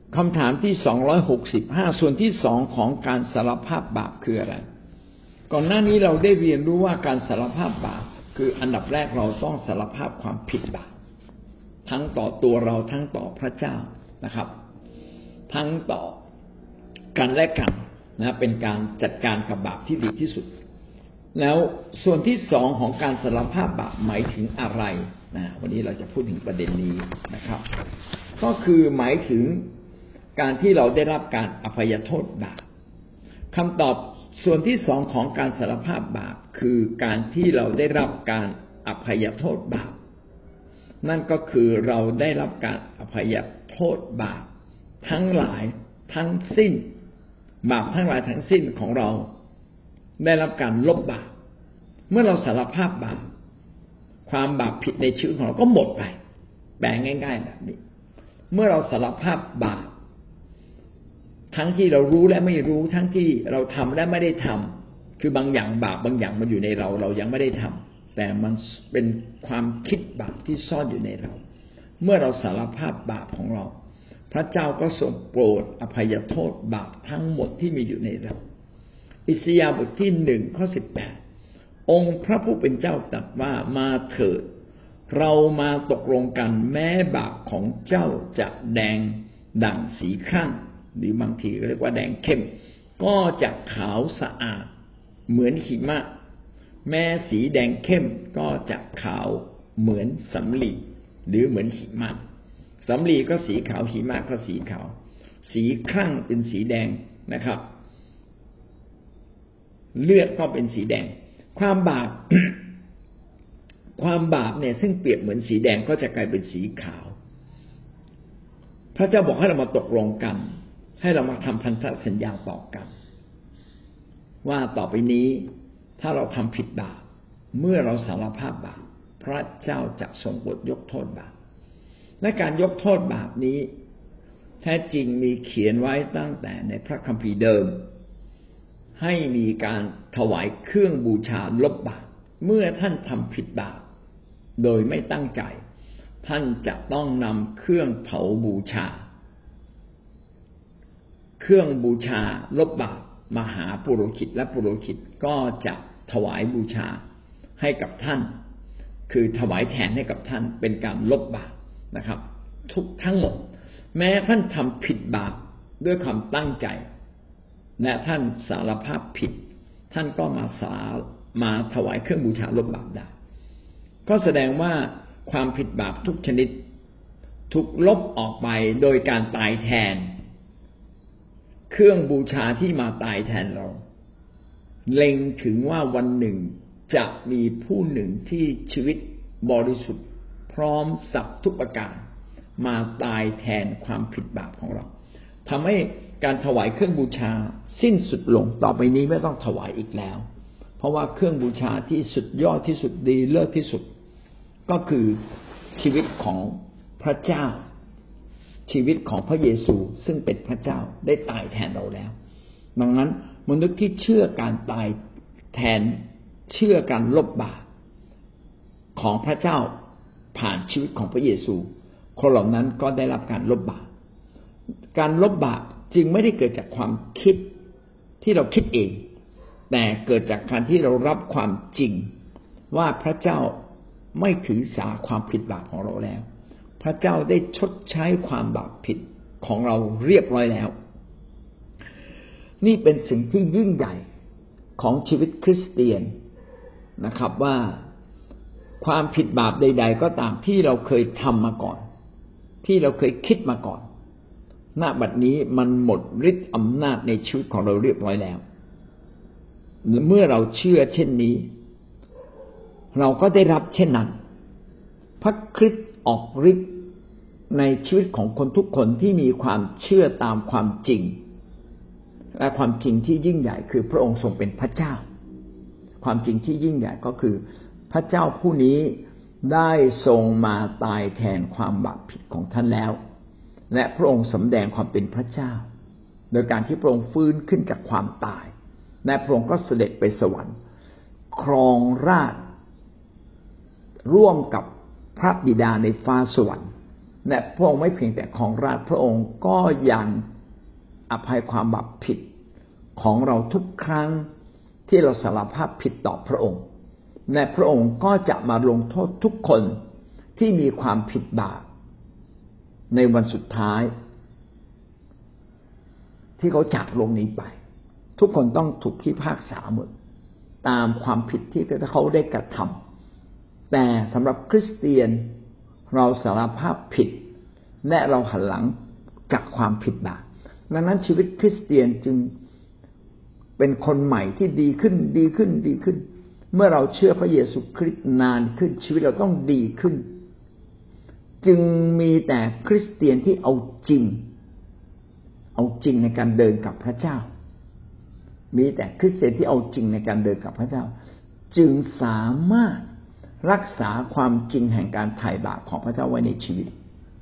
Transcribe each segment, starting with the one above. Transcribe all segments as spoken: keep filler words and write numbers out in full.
คำถามที่สองร้อยหกสิบห้าส่วนที่สองของการสารภาพบาปคืออะไรก่อนหน้านี้เราได้เรียนรู้ว่าการสารภาพบาปคืออันดับแรกเราต้องสารภาพความผิดบาปทั้งต่อตัวเราทั้งต่อพระเจ้านะครับทั้งต่อกันและกันนะเป็นการจัดการกับบาปที่ดีที่สุดแล้วส่วนที่สองของการสารภาพบาปหมายถึงอะไรนะวันนี้เราจะพูดถึงประเด็นนี้นะครับก็คือหมายถึงการที่เราได้รับการอภัยโทษบาปคำตอบส่วนที่สองของการสารภาพบาปคือการที่เราได้รับการอภัยโทษบาปนั่นก็คือเราได้รับการอภัยโทษบาปทั้งหลายทั้งสิ้นบาปทั้งหลายทั้งสิ้นของเราได้รับการลบบาปเมื่อเราสารภาพบาปความบาปผิดในชีวิตของเราก็หมดไปแปลง่ายๆแบบนี้เมื่อเราสารภาพบาปทั้งที่เรารู้และไม่รู้ทั้งที่เราทำและไม่ได้ทำคือบางอย่างบาปบางอย่างมันอยู่ในเราเรายังไม่ได้ทำแต่มันเป็นความคิดบาปที่ซ่อนอยู่ในเราเมื่อเราสารภาพบาปของเราพระเจ้าก็ทรงโปรดอภัยโทษบาปทั้งหมดที่มีอยู่ในเราอิสยาห์บทที่หนึ่งข้อสิบแปดองค์พระผู้เป็นเจ้าตรัสว่ามาเถิดเรามาตกลงกันแม้บาปของเจ้าจะแดงดั่งสีข้างหรือบางทีเรียกว่าแดงเข้มก็จะขาวสะอาดเหมือนหิมะแม้สีแดงเข้มก็จะขาวเหมือนสำลีหรือเหมือนหิมะสำลีก็สีขาวหิมะก็สีขาวสีครั่งเป็นสีแดงนะครับเลือดก็เป็นสีแดงความบาป ความบาปเนี่ยซึ่งเปรียบเหมือนสีแดงก็จะกลายเป็นสีขาวพระเจ้าบอกให้เรามาตกลงกันให้เรามาทำพันธสัญญาต่อกันว่าต่อไปนี้ถ้าเราทำผิดบาปเมื่อเราสารภาพบาปพระเจ้าจะทรงบทยกโทษบาปและการยกโทษบาปนี้แท้จริงมีเขียนไว้ตั้งแต่ในพระคัมภีร์เดิมให้มีการถวายเครื่องบูชาลบบาปเมื่อท่านทำผิดบาปโดยไม่ตั้งใจท่านจะต้องนำเครื่องเผาบูชาเครื่องบูชาลบบาปมาหาปุโรหิตและปุโรหิตก็จะถวายบูชาให้กับท่านคือถวายแทนให้กับท่านเป็นการลบบาปนะครับทุกทั้งหมดแม้ท่านทำผิดบาปด้วยความตั้งใจและท่านสารภาพผิดท่านก็มาสามาถวายเครื่องบูชาลบบาปได้ก็แสดงว่าความผิดบาปทุกชนิดถูกลบออกไปโดยการตายแทนเครื่องบูชาที่มาตายแทนเราเล็งถึงว่าวันหนึ่งจะมีผู้หนึ่งที่ชีวิตบริสุทธิ์พร้อมสัพทุกประการมาตายแทนความผิดบาปของเราทำให้การถวายเครื่องบูชาสิ้นสุดลงต่อไปนี้ไม่ต้องถวายอีกแล้วเพราะว่าเครื่องบูชาที่สุดยอดที่สุดดีเลิศที่สุดก็คือชีวิตของพระเจ้าชีวิตของพระเยซูซึ่งเป็นพระเจ้าได้ตายแทนเราแล้วดังนั้นมนุษย์ที่เชื่อการตายแทนเชื่อการลบบาปของพระเจ้าผ่านชีวิตของพระเยซูคนเหล่านั้นก็ได้รับการลบบาปการลบบาปจึงไม่ได้เกิดจากความคิดที่เราคิดเองแต่เกิดจากการที่เรารับความจริงว่าพระเจ้าไม่ถือสาความผิดบาปของเราแล้วพระเจ้าได้ชดใช้ความบาปผิดของเราเรียบร้อยแล้วนี่เป็นสิ่งที่ยิ่งใหญ่ของชีวิตคริสเตียนนะครับว่าความผิดบาปใดๆก็ตามที่เราเคยทำมาก่อนที่เราเคยคิดมาก่อนณบัดนี้มันหมดฤทธิ์อำนาจในชีวิตของเราเรียบร้อยแล้วเมื่อเราเชื่อเช่นนี้เราก็ได้รับเช่นนั้นพระคริสต์ออกฤทธิ์ในชีวิตของคนทุกคนที่มีความเชื่อตามความจริงและความจริงที่ยิ่งใหญ่คือพระองค์ทรงเป็นพระเจ้าความจริงที่ยิ่งใหญ่ก็คือพระเจ้าผู้นี้ได้ทรงมาตายแทนความบาปผิดของท่านแล้วและพระองค์สำแดงความเป็นพระเจ้าโดยการที่พระองค์ฟื้นขึ้นจากความตายและพระองค์ก็เสด็จไปสวรรค์ครองราชย์ร่วมกับพระบิดาในฟ้าสวรรค์และพระองค์ไม่เพียงแต่ครองราชย์พระองค์ก็ยังอภัยความบาปผิดของเราทุกครั้งที่เราสารภาพผิดต่อพระองค์และพระองค์ก็จะมาลงโทษทุกคนที่มีความผิดบาปในวันสุดท้ายที่เขาจากโลกนี้ไปทุกคนต้องถูกพิพากษาหมดตามความผิดที่เขาได้กระทำแต่สำหรับคริสเตียนเราสารภาพผิดและเราหันหลังจากความผิดบาปดังนั้นชีวิตคริสเตียนจึงเป็นคนใหม่ที่ดีขึ้นดีขึ้นดีขึ้นเมื่อเราเชื่อพระเยซูคริสต์นานขึ้นชีวิตเราต้องดีขึ้นจึงมีแต่คริสเตียนที่เอาจริงเอาจริงในการเดินกับพระเจ้ามีแต่คริสเตียนที่เอาจริงในการเดินกับพระเจ้าจึงสามารถรักษาความจริงแห่งการไถ่บาปของพระเจ้าไว้ในชีวิต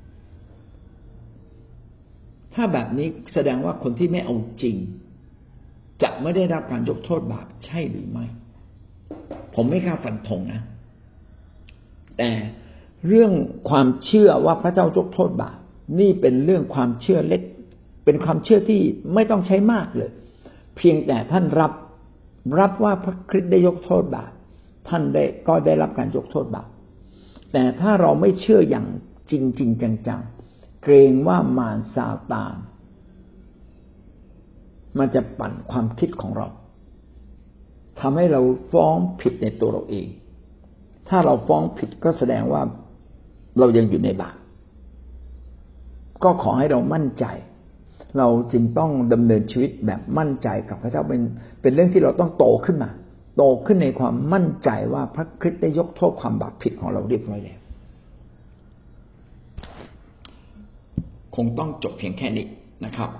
ถ้าแบบนี้แสดงว่าคนที่ไม่เอาจริงจะไม่ได้รับการยกโทษบาปใช่หรือไม่ผมไม่กล้าฟันธงนะแต่เรื่องความเชื่อว่าพระเจ้ายกโทษบาปนี่เป็นเรื่องความเชื่อเล็กเป็นความเชื่อที่ไม่ต้องใช้มากเลยเพียงแต่ท่านรับรับว่าพระคริสต์ได้ยกโทษบาปท่านได้ก็ได้รับการยกโทษบาปแต่ถ้าเราไม่เชื่ออย่างจริงจริงจังๆเกรงว่ามารซาตานมันจะปั่นความคิดของเราทำให้เราฟ้องผิดในตัวเราเองถ้าเราฟ้องผิดก็แสดงว่าเรายังอยู่ในบาปก็ขอให้เรามั่นใจเราจึงต้องดำเนินชีวิตแบบมั่นใจกับพระเจ้าเป็นเป็นเรื่องที่เราต้องโตขึ้นมาโตขึ้นในความมั่นใจว่าพระคริสต์ได้ยกโทษความบาปผิดของเราเรียบร้อยแล้วคงต้องจบเพียงแค่นี้นะครับ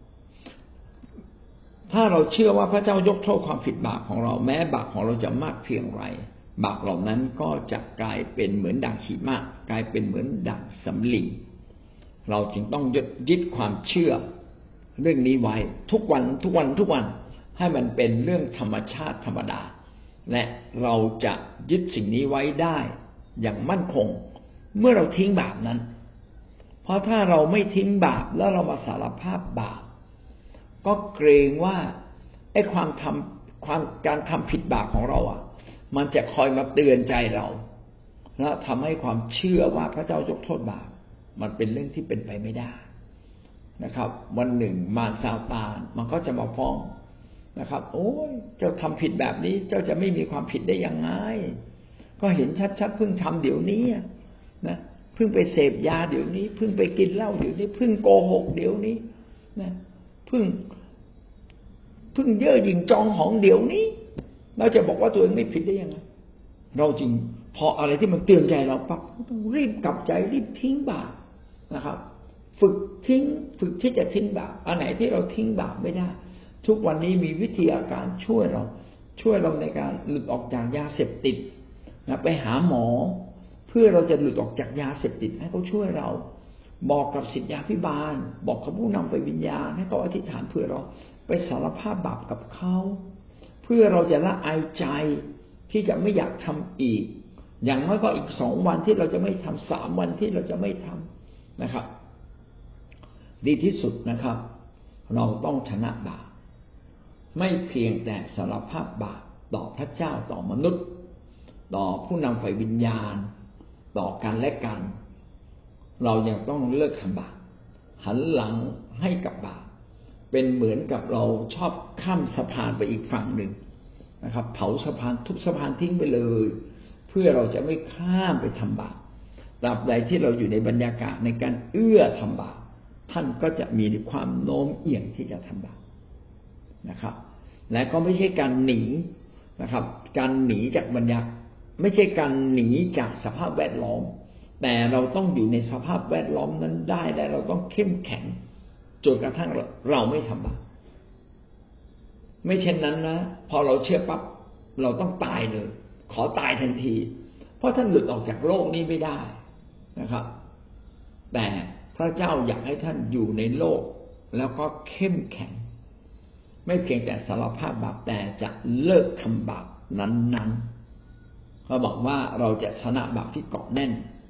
ถ้าเราเชื่อว่าพระเจ้ายกโทษความผิดบาปของเราแม้บาปของเราจะมากเพียงไรบาปเหล่านั้นก็จะกลายเป็นเหมือนด่างหิมะกลายเป็นเหมือนด่างสำลีเราจึงต้องยึดยึดความเชื่อเรื่องนี้ไว้ทุกวันทุกวันทุกวันให้มันเป็นเรื่องธรรมชาติธรรมดาและเราจะยึดสิ่งนี้ไว้ได้อย่างมั่นคงเมื่อเราทิ้งบาปนั้นเพราะถ้าเราไม่ทิ้งบาปแล้วเรามาสารภาพบาปก็เกรงว่าไอ้ความทำความการทำผิดบาปของเราอ่ะมันจะคอยมาเตือนใจเราและทำให้ความเชื่อว่าพระเจ้ายกโทษบาปมันเป็นเรื่องที่เป็นไปไม่ได้นะครับวันหนึ่งมารซาตานมันก็จะมาฟ้องนะครับโอ้ยเจ้าทำผิดแบบนี้เจ้าจะไม่มีความผิดได้ยังไงก็เห็นชัดๆเพิ่งทำเดี๋ยวนี้นะเพิ่งไปเสพยาเดี๋ยวนี้เพิ่งไปกินเหล้าเดี๋ยวนี้เพิ่งโกหกเดี๋ยวนี้นะเพิ่งเพิ่งเย่อหยิ่งจองหองเดี๋ยวนี้เราจะบอกว่าตัวเองไม่ผิดได้ยังไงเราจริงพออะไรที่มันเตือนใจเราปั๊บต้องรีบกลับใจรีบทิ้งบาปนะครับฝึกทิ้งฝึกที่จะทิ้งบาปอันไหนที่เราทิ้งบาปไม่ได้ทุกวันนี้มีวิทยาการช่วยเราช่วยเราในการหลุดออกจากยาเสพติดนะไปหาหมอเพื่อเราจะหลุดออกจากยาเสพติดให้เขาช่วยเราบอกกับศิษยาภิบาลบอกกับผู้นำไปวิญญาณให้เขาอธิษฐานเพื่อเราไปสารภาพบาปกับเขาเพื่อเราจะละอายใจที่จะไม่อยากทำอีกอย่างน้อยก็อีกสองวันที่เราจะไม่ทำสามวันที่เราจะไม่ทำนะครับดีที่สุดนะครับเราต้องชนะบาปไม่เพียงแต่สารภาพบาปต่อพระเจ้าต่อมนุษย์ต่อผู้นำฝ่ายวิญญาณต่อกันและกันเรายังต้องเลิกทำบาปหันหลังให้กับบาปเป็นเหมือนกับเราชอบข้ามสะพานไปอีกฝั่งหนึ่งนะครับเผาสะพานทุกสะพานทิ้งไปเลยเพื่อเราจะไม่ข้ามไปทำบาปตราบใดที่เราอยู่ในบรรยากาศในการเอื้อทำบาปท่านก็จะมีความโน้มเอียงที่จะทำบาปนะครับและก็ไม่ใช่การหนีนะครับการหนีจากบรรยากาศไม่ใช่การหนีจากสภาพแวดล้อมแต่เราต้องอยู่ในสภาพแวดล้อมนั้นได้และเราต้องเข้มแข็งจนกระทั่งเราไม่ทำบาปไม่เช่นนั้นนะพอเราเชื่อปั๊บเราต้องตายเลยขอตายทันทีเพราะท่านหลุดออกจากโลกนี้ไม่ได้นะครับแต่พระเจ้าอยากให้ท่านอยู่ในโลกแล้วก็เข้มแข็งไม่เพียงแต่สารภาพบาปแต่จะเลิกทำบาปนั้นๆเขาบอกว่าเราจะชนะบาปที่เกาะแน่น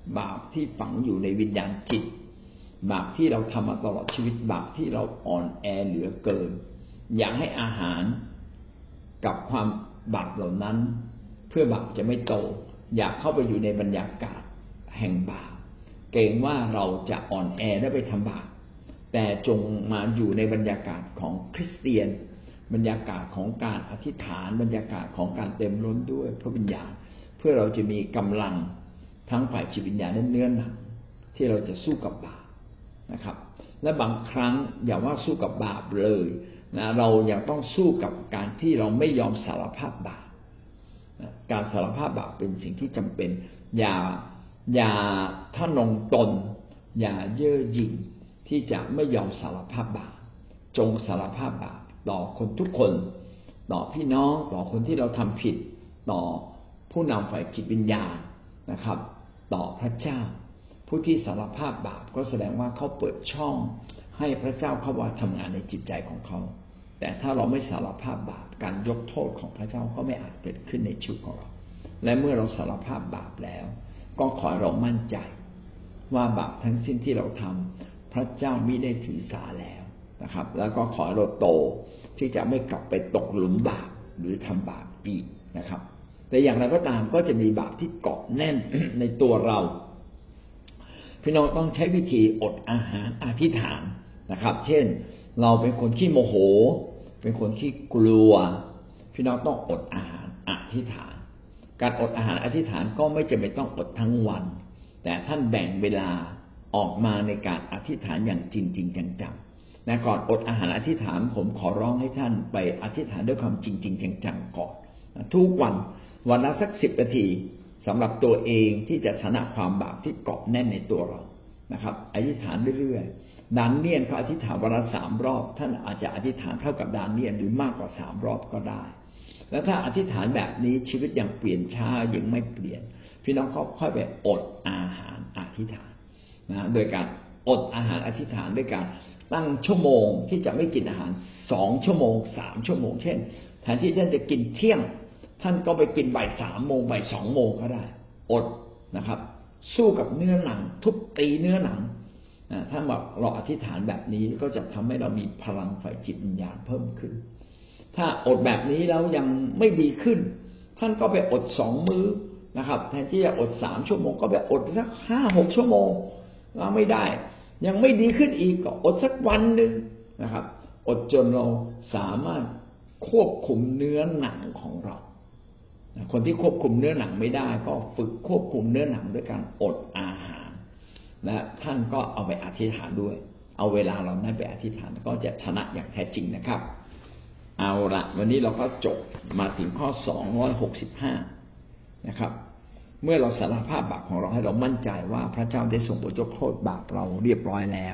บาปที่ฝังอยู่ในวิญญาณจิตบาปที่เราทำมาตลอดชีวิตบาปที่เราอ่อนแอเหลือเกินอยากให้อาหารกับความบาปเหล่านั้นเพื่อบาปจะไม่โตอยากเข้าไปอยู่ในบรรยากาศแห่งบาปเกรงว่าเราจะอ่อนแอและไปทำบาปแต่จงมาอยู่ในบรรยากาศของคริสเตียนบรรยากาศของการอธิษฐานบรรยากาศของการเต็มล้นด้วยพระวิญญาณเพื่อเราจะมีกำลังทั้งฝ่ายจิตวิญญาณและเนื้อหนังที่เราจะสู้กับบาปนะครับและบางครั้งอย่าว่าสู้กับบาปเลยนะเรายังต้องสู้กับการที่เราไม่ยอมสารภาพบาปการสารภาพบาปเป็นสิ่งที่จำเป็นอย่าอย่าทะนงตนอย่าเย่อหยิ่งที่จะไม่ยอมสารภาพบาปจงสารภาพบาปต่อคนทุกคนต่อพี่น้องต่อคนที่เราทำผิดต่อผู้นำฝ่ายจิตวิญญาณนะครับต่อพระเจ้าผู้ที่สารภาพบาปก็แสดงว่าเขาเปิดช่องให้พระเจ้าเข้ามาทำงานในจิตใจของเขาแต่ถ้าเราไม่สารภาพบาปการยกโทษของพระเจ้าก็ไม่อาจเกิดขึ้นในชีวิตของเราและเมื่อเราสารภาพบาปแล้วก็ขอให้เรามั่นใจว่าบาปทั้งสิ้นที่เราทำพระเจ้ามิได้ถือสาแล้วนะครับแล้วก็ขอให้เราโตที่จะไม่กลับไปตกหลุมบาปหรือทำบาปอีกนะครับแต่อย่างไรก็ตามก็จะมีบาปที่เกาะแน่น ในตัวเราพี่น้องต้องใช้วิธีอดอาหารอธิษฐานนะครับเช่นเราเป็นคนขี้โมโหเป็นคนขี้กลัวพี่น้องต้องอดอาหารอธิษฐานการอดอาหารอธิษฐานก็ไม่จำเป็นต้องอดทั้งวันแต่ท่านแบ่งเวลาออกมาในการอธิษฐานอย่างจริงจริงจังๆนะก่อนอดอาหารอธิษฐานผมขอร้องให้ท่านไปอธิษฐานด้วยความจริงจริงจังๆก่อนทุกวันวันละสักสิบนาทีสำหรับตัวเองที่จะชนะความบาปที่เกาะแน่นในตัวเรานะครับอธิษฐานเรื่อยๆดานเนียลเขาอธิษฐานวันละสามรอบท่านอาจจะอธิษฐานเท่ากับดานเนียลหรือมากกว่าสามรอบก็ได้แล้วถ้าอธิษฐานแบบนี้ชีวิตยังเปลี่ยนช้ายังไม่เปลี่ยนพี่น้องก็ค่อยไปอดอาหารอธิษฐานนะโดยการอดอาหารอธิษฐานด้วยการตั้งชั่วโมงที่จะไม่กินอาหารสองชั่วโมงสามชั่วโมงเช่นแทนที่ท่านจะกินเที่ยงท่านก็ไปกินบ่ายสามโมงบ่ายสองโมงก็ได้อดนะครับสู้กับเนื้อหนังทุบตีเนื้อหนังถ้าเราอธิษฐานแบบนี้ก็จะทำให้เรามีพลังฝ่ายจิตวิญญาณเพิ่มขึ้นถ้าอดแบบนี้แล้วยังไม่ดีขึ้นท่านก็ไปอดสองมื้อนะครับแทนที่จะอดสามชั่วโมงก็ไปอดสักห้าหกชั่วโมงแล้วไม่ได้ยังไม่ดีขึ้นอีกก็อดสักวันนึงนะครับอดจนเราสามารถควบคุมเนื้อหนังของเราคนที่ควบคุมเนื้อหนังไม่ได้ก็ฝึกควบคุมเนื้อหนังด้วยการอดอาหารและท่านก็เอาไปอธิษฐานด้วยเอาเวลาเรานั้นไปอธิษฐานก็จะชนะอย่างแท้จริงนะครับเอาละวันนี้เราก็จบมาถึงข้อสองร้อยหกสิบห้านะครับเมื่อเราสารภาพบาปของเราให้เรามั่นใจว่าพระเจ้าได้ทรงบทยกโทษบาปเราเรียบร้อยแล้ว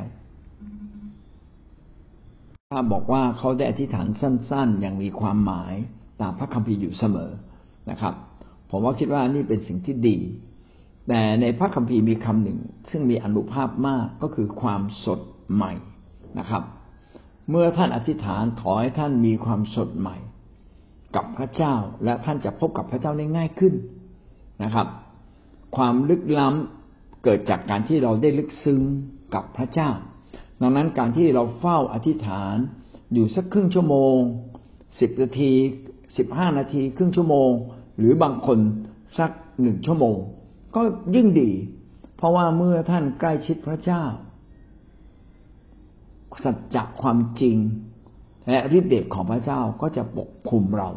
ถ้าบอกว่าเขาได้อธิษฐานสั้นๆอย่างมีความหมายตามพระคัมภีร์อยู่เสมอนะครับผมว่าคิดว่านี่เป็นสิ่งที่ดีแต่ในพระคัมภีร์มีคำหนึ่งซึ่งมีอานุภาพมากก็คือความสดใหม่นะครับเมื่อท่านอธิษฐานขอให้ท่านมีความสดใหม่กับพระเจ้าและท่านจะพบกับพระเจ้าได้ง่ายขึ้นนะครับความลึกล้ำเกิดจากการที่เราได้ลึกซึ้งกับพระเจ้าดังนั้นการที่เราเฝ้าอธิษฐานอยู่สักครึ่งชั่วโมงสิบนาทีสิบห้านาทีครึ่งชั่วโมงหรือบางคนสักหนึ่งชั่วโมงก็ยิ่งดีเพราะว่าเมื่อท่านใกล้ชิดพระเจ้าสัจจะความจริงและฤทธิ์เดชของพระเจ้าก็จะปกคลุมเรา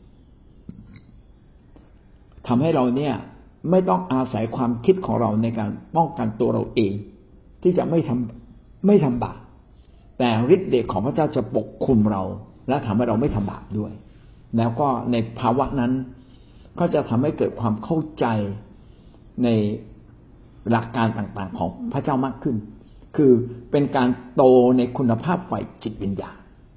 ทำให้เราเนี่ยไม่ต้องอาศัยความคิดของเราในการป้องกันตัวเราเองที่จะไม่ทำไม่ทำบาปแต่ฤทธิ์เดชของพระเจ้าจะปกคลุมเราและทำให้เราไม่ทำบาปด้วยแล้วก็ในภาวะนั้นก็จะทำให้เกิดความเข้าใจในหลักการต่างๆของพระเจ้ามากขึ้นคือเป็นการโตในคุณภาพฝ่ายจิตวิญญาณ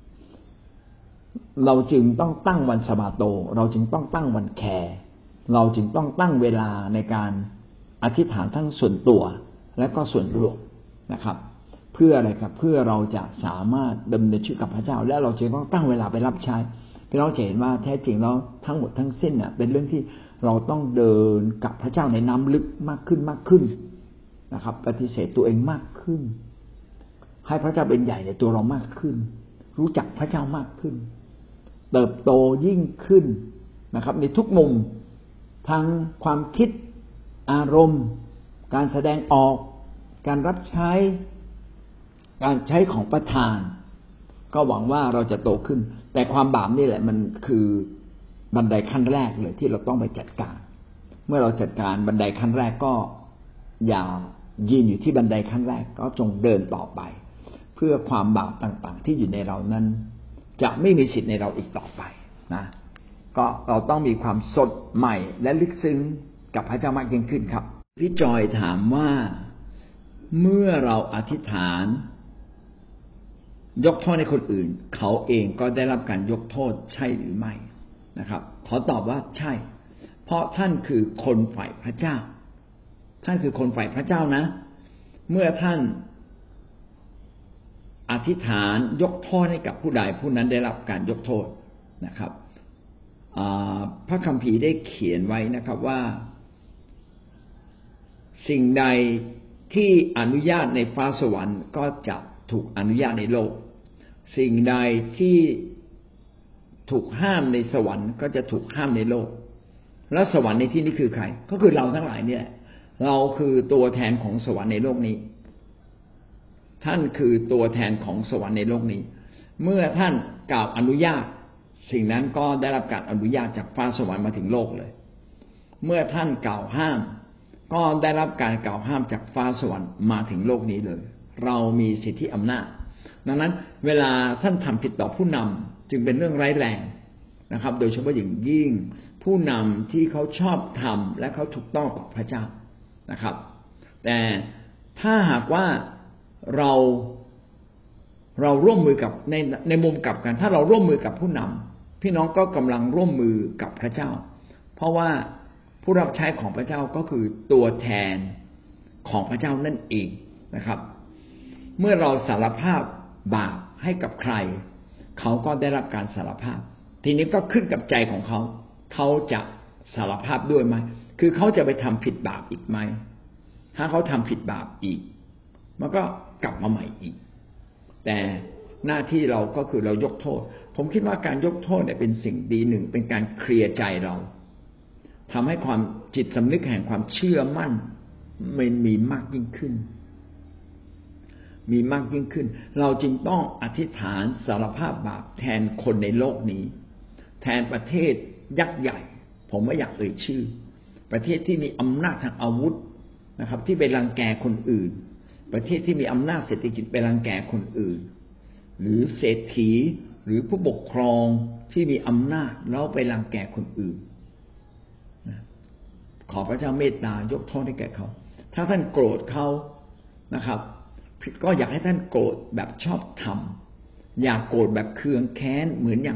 เราจึงต้องตั้งวันสะบาโตเราจึงต้องตั้งวันแคร์เราจึงต้องตั้งเวลาในการอธิษฐานทั้งส่วนตัวและก็ส่วนรวมนะครับเพื่ออะไรครับเพื่อเราจะสามารถดำเนินชีวิตกับพระเจ้าและเราจึงต้องตั้งเวลาไปรับใช้พี่น้องจะเห็นว่าแท้จริงแล้วทั้งหมดทั้งสิ้นน่ะเป็นเรื่องที่เราต้องเดินกับพระเจ้าในน้ำลึกมากขึ้นมากขึ้นนะครับปฏิเสธตัวเองมากขึ้นให้พระเจ้าเป็นใหญ่ในตัวเรามากขึ้นรู้จักพระเจ้ามากขึ้นเติบโตยิ่งขึ้นนะครับในทุกมุมทั้งความคิดอารมณ์การแสดงออกการรับใช้การใช้ของประทานก็หวังว่าเราจะโตขึ้นแต่ความบาปนี่แหละมันคือบันไดขั้นแรกเลยที่เราต้องไปจัดการเมื่อเราจัดการบันไดขั้นแรกก็อย่ายืนอยู่ที่บันไดขั้นแรกก็จงเดินต่อไปเพื่อความบาปต่างๆที่อยู่ในเรานั้นจะไม่มีสิทธิ์ในเราอีกต่อไปนะก็เราต้องมีความสดใหม่และลึกซึ้งกับพระเจ้ามากยิ่งขึ้นครับพี่จอยถามว่าเมื่อเราอธิษฐานยกโทษให้คนอื่นเขาเองก็ได้รับการยกโทษใช่หรือไม่นะครับขอตอบว่าใช่เพราะท่านคือคนฝ่ายพระเจ้าท่านคือคนฝ่ายพระเจ้านะเมื่อท่านอธิษฐานยกโทษให้กับผู้ใดผู้นั้นได้รับการยกโทษนะครับพระคัมภีร์ได้เขียนไว้นะครับว่าสิ่งใดที่อนุญาตในฟ้าสวรรค์ก็จะถูกอนุญาตในโลกสิ่งใดที่ถูกห้ามในสวรรค์ก็จะถูกห้ามในโลกและสวรรค์ในที่นี้คือใครก็คือเราทั้งหลายเนี่ยเราคือตัวแทนของสวรรค์ในโลกนี้ท่านคือตัวแทนของสวรรค์ในโลกนี้เมื่อท่านกล่าวอนุญาตสิ่งนั้นก็ได้รับการอนุญาตจากฟ้าสวรรค์มาถึงโลกเลยเมื่อท่านกล่าวห้ามก็ได้รับการกล่าวห้ามจากฟ้าสวรรค์มาถึงโลกนี้เลยเรามีสิทธิอำนาจดังนั้นเวลาท่านทำผิดต่อผู้นำจึงเป็นเรื่องร้ายแรงนะครับโดยเฉพาะอย่างยิ่งผู้นำที่เขาชอบทำและเขาถูกต้องต่อพระเจ้านะครับแต่ถ้าหากว่าเราเราร่วมมือกับในในมุมกลับกันถ้าเราร่วมมือกับผู้นำพี่น้องก็กำลังร่วมมือกับพระเจ้าเพราะว่าผู้รับใช้ของพระเจ้าก็คือตัวแทนของพระเจ้านั่นเองนะครับเมื่อเราสารภาพบาปให้กับใครเขาก็ได้รับการสารภาพทีนี้ก็ขึ้นกับใจของเขาเขาจะสารภาพด้วยไหมคือเขาจะไปทำผิดบาปอีกไหมถ้าเขาทำผิดบาปอีกมันก็กลับมาใหม่อีกแต่หน้าที่เราก็คือเรายกโทษผมคิดว่าการยกโทษเนี่ยเป็นสิ่งดีหนึ่งเป็นการเคลียร์ใจเราทำให้ความจิตสำนึกแห่งความเชื่อมั่นมันมีมากยิ่งขึ้นมีมากยิ่งขึ้นเราจึงต้องอธิษฐานสารภาพบาปแทนคนในโลกนี้แทนประเทศยักษ์ใหญ่ผมไม่อยากเอ่ยชื่อประเทศที่มีอำนาจทางอาวุธนะครับที่ไปรังแกคนอื่นประเทศที่มีอำนาจเศรษฐกิจไปรังแกคนอื่นหรือเศรษฐีหรือผู้ปกครองที่มีอำนาจแล้วไปรังแกคนอื่นขอพระเจ้าเมตตายกโทษให้แก่เขาถ้าท่านโกรธเขานะครับก็อยากให้ท่านโกรธแบบชอบธรรมอย่าโกรธแบบเคืองแค้นเหมือนอย่าง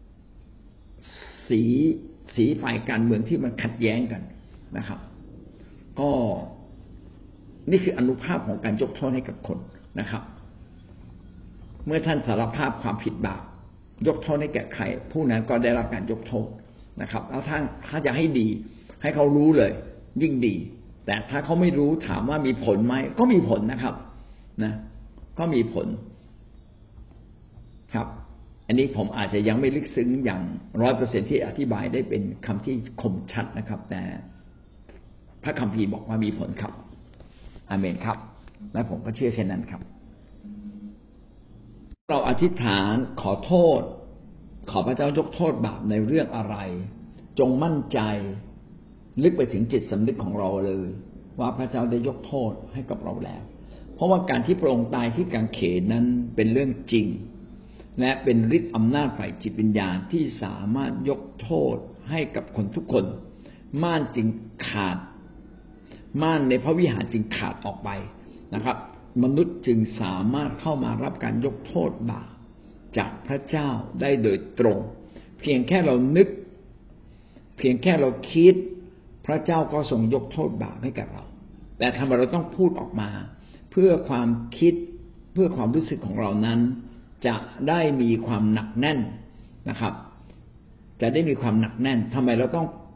สีสีฝ่ายการเมืองที่มันขัดแย้งกันนะครับก็นี่คืออานุภาพของการยกโทษให้กับคนนะครับเมื่อท่านสารภาพความผิดบาปยกโทษให้แก่ใครผู้นั้นก็ได้รับการยกโทษนะครับแล้วถ้าถ้าจะให้ดีให้เขารู้เลยยิ่งดีแต่ถ้าเขาไม่รู้ถามว่ามีผลไหมก็มีผลนะครับนะก็มีผลครับอันนี้ผมอาจจะยังไม่ลึกซึ้งอย่างร้อยเปอร์เซ็นต์ที่อธิบายได้เป็นคำที่คมชัดนะครับแต่พระคัมภีร์บอกว่ามีผลครับอาเมนครับและผมก็เชื่อเช่นนั้นครับเราอธิษฐานขอโทษขอพระเจ้ายกโทษบาปในเรื่องอะไรจงมั่นใจลึกไปถึงจิตสำนึกของเราเลยว่าพระเจ้าได้ยกโทษให้กับเราแล้วเพราะว่าการที่พระองค์ตายที่กางเขนนั้นเป็นเรื่องจริงและเป็นฤทธิ์อำนาจฝ่ายจิตวิญญาณที่สามารถยกโทษให้กับคนทุกคนม่านจึงขาดม่านในพระวิหารจึงขาดออกไปนะครับมนุษย์จึงสามารถเข้ามารับการยกโทษบาปจากพระเจ้าได้โดยตรงเพียงแค่เรานึกเพียงแค่เราคิดพระเจ้าก็ทรงยกโทษบาปให้กับเราแต่ทำไมเราต้องพูดออกมาเพื่อความคิดเพื่อความรู้สึกของเรานั้นจะได้มีความหนักแน่นนะครับจะได้มีความหนักแน่นทำไมเราต้อง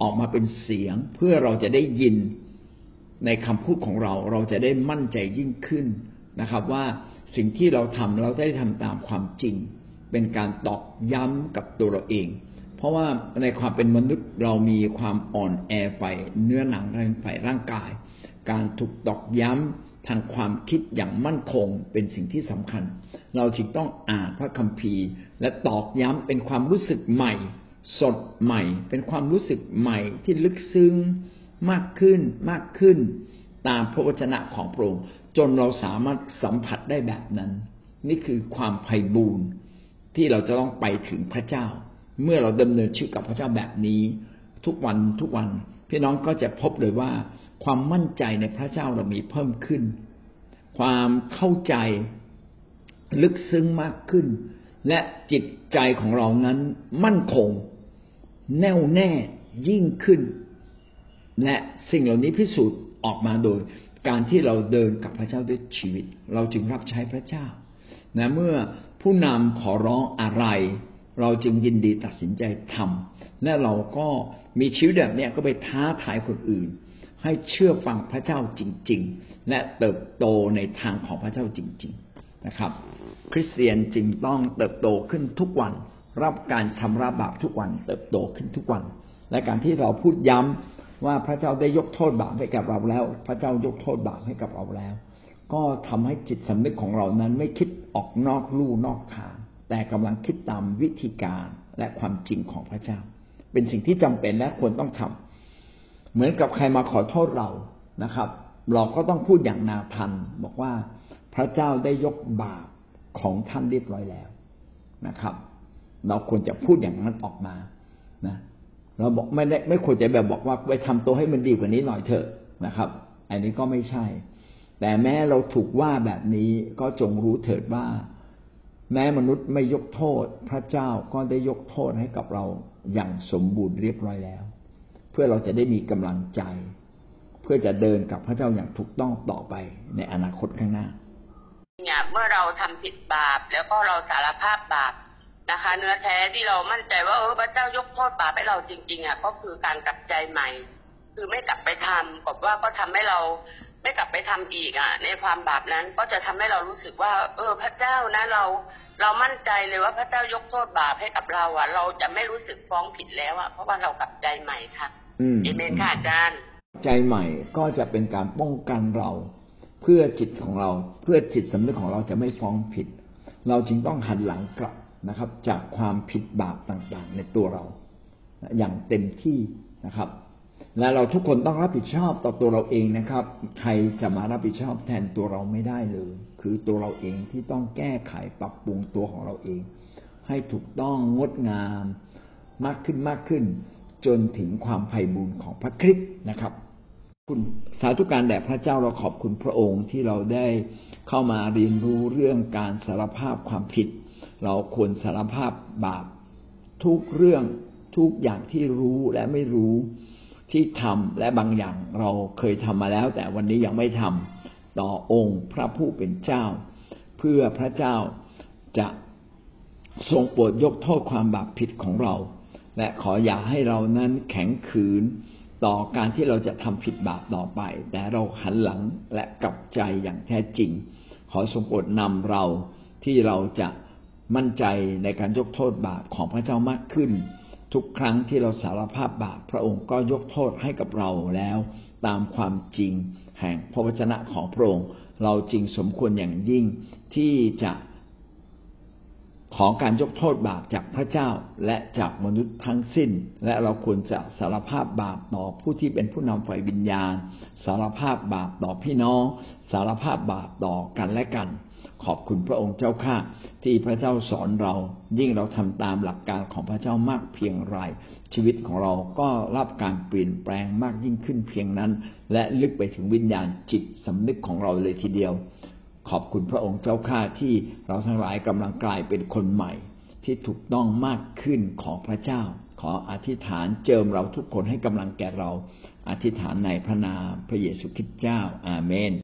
ออกมาเป็นเสียงเพื่อเราจะได้ยินในคำพูดของเราเราจะได้มั่นใจยิ่งขึ้นนะครับว่าสิ่งที่เราทำเราได้ทำตามความจริงเป็นการตอกย้ำกับตัวเราเองเพราะว่าในความเป็นมนุษย์เรามีความอ่อนแอฝ่ายเนื้อหนังฝ่ายร่างกายการถูกตอกย้ำทางความคิดอย่างมั่นคงเป็นสิ่งที่สำคัญเราจึงต้องอ่านพระคัมภีร์และตอกย้ำเป็นความรู้สึกใหม่สดใหม่เป็นความรู้สึกใหม่ที่ลึกซึ้งมากขึ้นมากขึ้นตามพระวจนะของพระองค์จนเราสามารถสัมผัสได้แบบนั้นนี่คือความไพบูลย์ที่เราจะต้องไปถึงพระเจ้าเมื่อเราดำเนินชีวิตกับพระเจ้าแบบนี้ทุกวันทุกวันพี่น้องก็จะพบเลยว่าความมั่นใจในพระเจ้าเรามีเพิ่มขึ้นความเข้าใจลึกซึ้งมากขึ้นและจิตใจของเรานั้นมั่นคงแน่วแน่ยิ่งขึ้นและสิ่งเหล่านี้พิสูจน์ออกมาโดยการที่เราเดินกับพระเจ้าด้วยชีวิตเราจึงรับใช้พระเจ้านะเมื่อผู้นำขอร้องอะไรเราจึงยินดีตัดสินใจทำและเราก็มีชีวิตแบบนี้ก็ไปท้าทายคนอื่นให้เชื่อฟังพระเจ้าจริงๆและเติบโตในทางของพระเจ้าจริงๆนะครับคริสเตียนจึงต้องเติบโตขึ้นทุกวันรับการชำระบาปทุกวันเติบโตขึ้นทุกวันและการที่เราพูดย้ำว่าพระเจ้าได้ยกโทษบาปให้กับเราแล้วพระเจ้ายกโทษบาปให้กับเราแล้วก็ทำให้จิตสำนึกของเรานั้นไม่คิดออกนอกลู่นอกทางแต่กำลังคิดตามวิธีการและความจริงของพระเจ้าเป็นสิ่งที่จำเป็นและควรต้องทำเหมือนกับใครมาขอโทษเรานะครับเราก็ต้องพูดอย่างนาธานบอกว่าพระเจ้าได้ยกบาปของท่านเรียบร้อยแล้วนะครับเราควรจะพูดอย่างนั้นออกมานะเราบอกไม่ได้ไม่ควรจะแบบบอกว่าไปทำตัวให้มันดีกว่านี้หน่อยเถอะนะครับอันนี้ก็ไม่ใช่แต่แม้เราถูกว่าแบบนี้ก็จงรู้เถิดว่าแม้มนุษย์ไม่ยกโทษพระเจ้าก็ได้ยกโทษให้กับเราอย่างสมบูรณ์เรียบร้อยแล้วเพื่อเราจะได้มีกำลังใจเพื่อจะเดินกับพระเจ้าอย่างถูกต้องต่อไปในอนาคตข้างหน้าเนี่ยเมื่อเราทำผิดบาปแล้วก็เราสารภาพบาปนะคะเนื้อแท้ที่เรามั่นใจว่าเออพระเจ้ายกโทษบาปให้เราจริงๆอ่ะก็คือการกลับใจใหม่คือไม่กลับไปทำกับว่าก็ทำให้เราไม่กลับไปทำอีกอ่ะในความบาปนั้นก็จะทำให้เรารู้สึกว่าเออพระเจ้านะเราเรามั่นใจเลยว่าพระเจ้ายกโทษบาปให้กับเราอ่ะเราจะไม่รู้สึกฟ้องผิดแล้วอ่ะเพราะว่าเรากลับใจใหม่ค่ะเอเมนค่ะอาจารย์ใจใหม่ก็จะเป็นการป้องกันเราเพื่อจิตของเราเพื่อจิตสำนึกของเราจะไม่ฟ้องผิดเราจึงต้องหันหลังกลับนะครับจากความผิดบาปต่างๆในตัวเราอย่างเต็มที่นะครับและเราทุกคนต้องรับผิดชอบต่อตัวเราเองนะครับใครจะมารับผิดชอบแทนตัวเราไม่ได้เลยคือตัวเราเองที่ต้องแก้ไขปรับปรุงตัวของเราเองให้ถูกต้องงดงามมากขึ้นมากขึ้นจนถึงความไพบูลย์ของพระคริสต์นะครับคุณสาธุการแด่พระเจ้าเราขอบคุณพระองค์ที่เราได้เข้ามาเรียนรู้เรื่องการสารภาพความผิดเราควรสารภาพบาปทุกเรื่องทุกอย่างที่รู้และไม่รู้ที่ทำและบางอย่างเราเคยทำมาแล้วแต่วันนี้ยังไม่ทำต่อองค์พระผู้เป็นเจ้าเพื่อพระเจ้าจะทรงโปรดยกโทษความบาปผิดของเราและขออย่าให้เรานั้นแข็งขืนต่อการที่เราจะทำผิดบาปต่อไปแต่เราหันหลังและกลับใจอย่างแท้จริงขอทรงโปรดนำเราที่เราจะมั่นใจในการยกโทษบาปของพระเจ้ามากขึ้นทุกครั้งที่เราสารภาพบาปพระองค์ก็ยกโทษให้กับเราแล้วตามความจริงแห่งพระวจนะของพระองค์เราจึงสมควรอย่างยิ่งที่จะขอการยกโทษบาปจากพระเจ้าและจากมนุษย์ทั้งสิ้นและเราควรจะสารภาพบาปต่อผู้ที่เป็นผู้นำฝ่ายวิญญาณสารภาพบาปต่อพี่น้องสารภาพบาปต่อกันและกันขอบคุณพระองค์เจ้าข้าที่พระเจ้าสอนเรายิ่งเราทำตามหลักการของพระเจ้ามากเพียงไรชีวิตของเราก็รับการเปลี่ยนแปลงมากยิ่งขึ้นเพียงนั้นและลึกไปถึงวิญญาณจิตสำนึกของเราเลยทีเดียวขอบคุณพระองค์เจ้าข้าที่เราทั้งหลายกำลังกลายเป็นคนใหม่ที่ถูกต้องมากขึ้นของพระเจ้าขออธิษฐานเจิมเราทุกคนให้กำลังแก่เราอธิษฐานในพระนามพระเยซูคริสต์เจ้าอาเมน